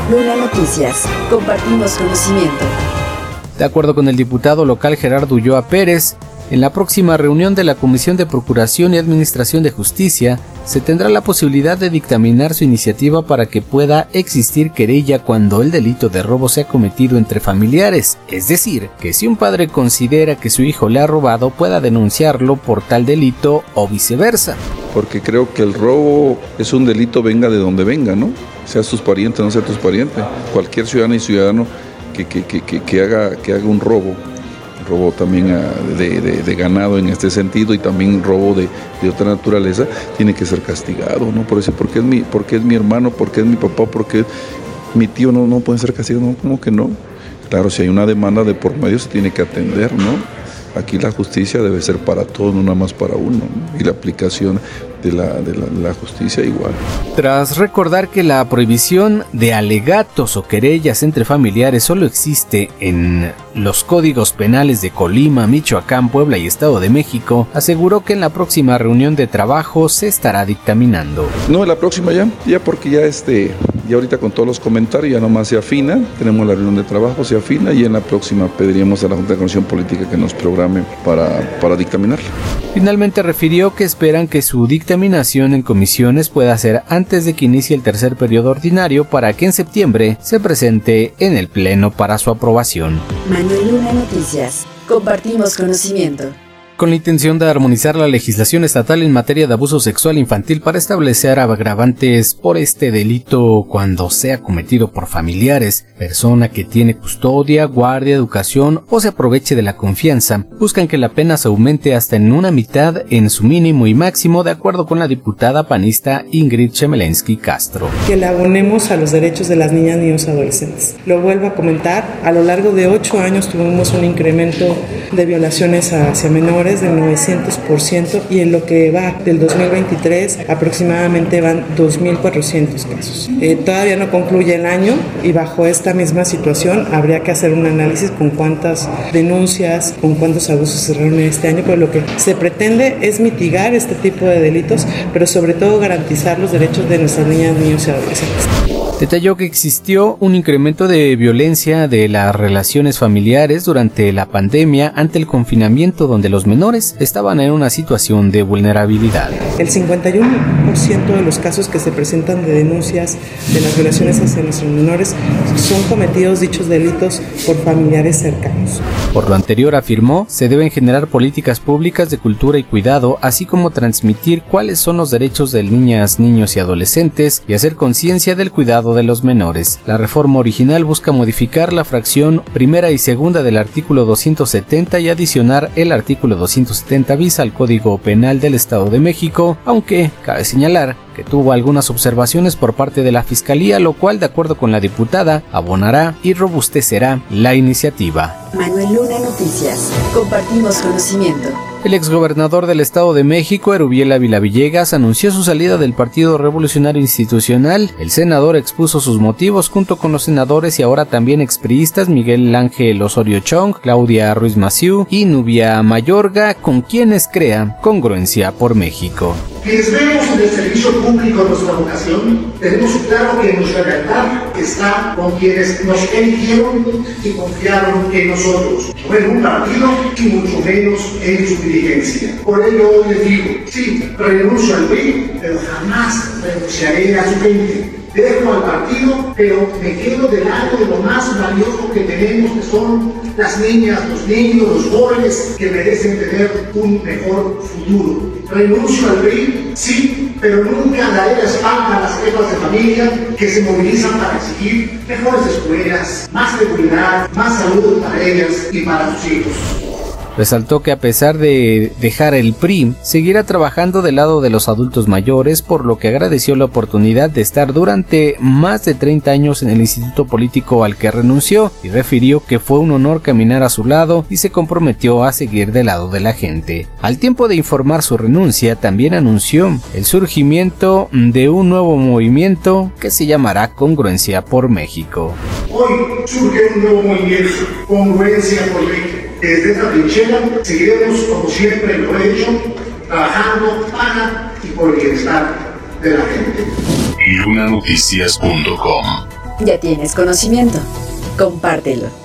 Luna Noticias. Compartimos conocimiento. De acuerdo con el diputado local Gerardo Ulloa Pérez, en la próxima reunión de la Comisión de Procuración y Administración de Justicia se tendrá la posibilidad de dictaminar su iniciativa para que pueda existir querella cuando el delito de robo sea cometido entre familiares, es decir, que si un padre considera que su hijo le ha robado pueda denunciarlo por tal delito o viceversa. Porque creo que el robo es un delito venga de donde venga, ¿no? Seas tus parientes o no seas tus parientes. Cualquier ciudadana y ciudadano que haga un robo también de ganado en este sentido y también robo de otra naturaleza, tiene que ser castigado, ¿no? Por eso, porque es mi hermano, porque es mi papá, porque es mi tío, no pueden ser castigados, ¿no? ¿Cómo que no? Claro, si hay una demanda de por medio se tiene que atender, ¿no? Aquí la justicia debe ser para todos, no nada más para uno, ¿no? Y la aplicación de la justicia igual. Tras recordar que la prohibición de alegatos o querellas entre familiares solo existe en los códigos penales de Colima, Michoacán, Puebla y Estado de México, aseguró que en la próxima reunión de trabajo se estará dictaminando. No, en la próxima ya porque ya ahorita con todos los comentarios ya nomás se afina, tenemos la reunión de trabajo, se afina y en la próxima pediríamos a la Junta de Coordinación Política que nos programe para dictaminarla. Finalmente refirió que esperan que su dictaminación en comisiones pueda ser antes de que inicie el tercer periodo ordinario para que en septiembre se presente en el Pleno para su aprobación. Manuel Luna Noticias. Compartimos conocimiento. Con la intención de armonizar la legislación estatal en materia de abuso sexual infantil para establecer agravantes por este delito cuando sea cometido por familiares, persona que tiene custodia, guardia, educación o se aproveche de la confianza, buscan que la pena se aumente hasta en una mitad en su mínimo y máximo, de acuerdo con la diputada panista Ingrid Chemelensky Castro. Que le abonemos a los derechos de las niñas, niños y adolescentes. Lo vuelvo a comentar, a lo largo de 8 años tuvimos un incremento de violaciones hacia menores del 900% y en lo que va del 2023 aproximadamente van 2.400 casos. Todavía no concluye el año y bajo esta misma situación habría que hacer un análisis con cuántas denuncias, con cuántos abusos se reúnen este año, pero lo que se pretende es mitigar este tipo de delitos, pero sobre todo garantizar los derechos de nuestras niñas, niños y adolescentes. Detalló que existió un incremento de violencia de las relaciones familiares durante la pandemia ante el confinamiento, donde los menores estaban en una situación de vulnerabilidad. El 51% de los casos que se presentan de denuncias de las violaciones hacia nuestros menores son cometidos dichos delitos por familiares cercanos. Por lo anterior, afirmó, se deben generar políticas públicas de cultura y cuidado, así como transmitir cuáles son los derechos de niñas, niños y adolescentes y hacer conciencia del cuidado de los menores. La reforma original busca modificar la fracción primera y segunda del artículo 270 y adicionar el artículo 270 bis al Código Penal del Estado de México, aunque cabe señalar que tuvo algunas observaciones por parte de la Fiscalía, lo cual, de acuerdo con la diputada, abonará y robustecerá la iniciativa. Manuel Luna Noticias. Compartimos conocimiento. El exgobernador del Estado de México, Erubiel Ávila Villegas, anunció su salida del Partido Revolucionario Institucional. El senador expuso sus motivos junto con los senadores y ahora también expriistas Miguel Ángel Osorio Chong, Claudia Ruiz Massieu y Nubia Mayorga, con quienes crea Congruencia por México. Quienes vemos en el servicio público nuestra vocación, tenemos claro que nuestra lealtad está con quienes nos eligieron y confiaron en nosotros, no en un partido y mucho menos en su dirigencia. Por ello hoy les digo, sí, renuncio al PRI, pero jamás renunciaré a su gente. Dejo al partido, pero me quedo del lado de lo más valioso que tenemos, que son las niñas, los niños, los jóvenes que merecen tener un mejor futuro. Renuncio al PRI, sí, pero nunca daré la espalda a las jefas de familia que se movilizan para exigir mejores escuelas, más seguridad, más salud para ellas y para sus hijos. Resaltó que a pesar de dejar el PRI, seguirá trabajando del lado de los adultos mayores, por lo que agradeció la oportunidad de estar durante más de 30 años en el instituto político al que renunció y refirió que fue un honor caminar a su lado y se comprometió a seguir del lado de la gente. Al tiempo de informar su renuncia, también anunció el surgimiento de un nuevo movimiento que se llamará Congruencia por México. Hoy surge un nuevo movimiento, Congruencia por México. Desde esta trinchera seguiremos, como siempre lo he hecho, trabajando para y por el bienestar de la gente. LunaNoticias.com Ya tienes conocimiento. Compártelo.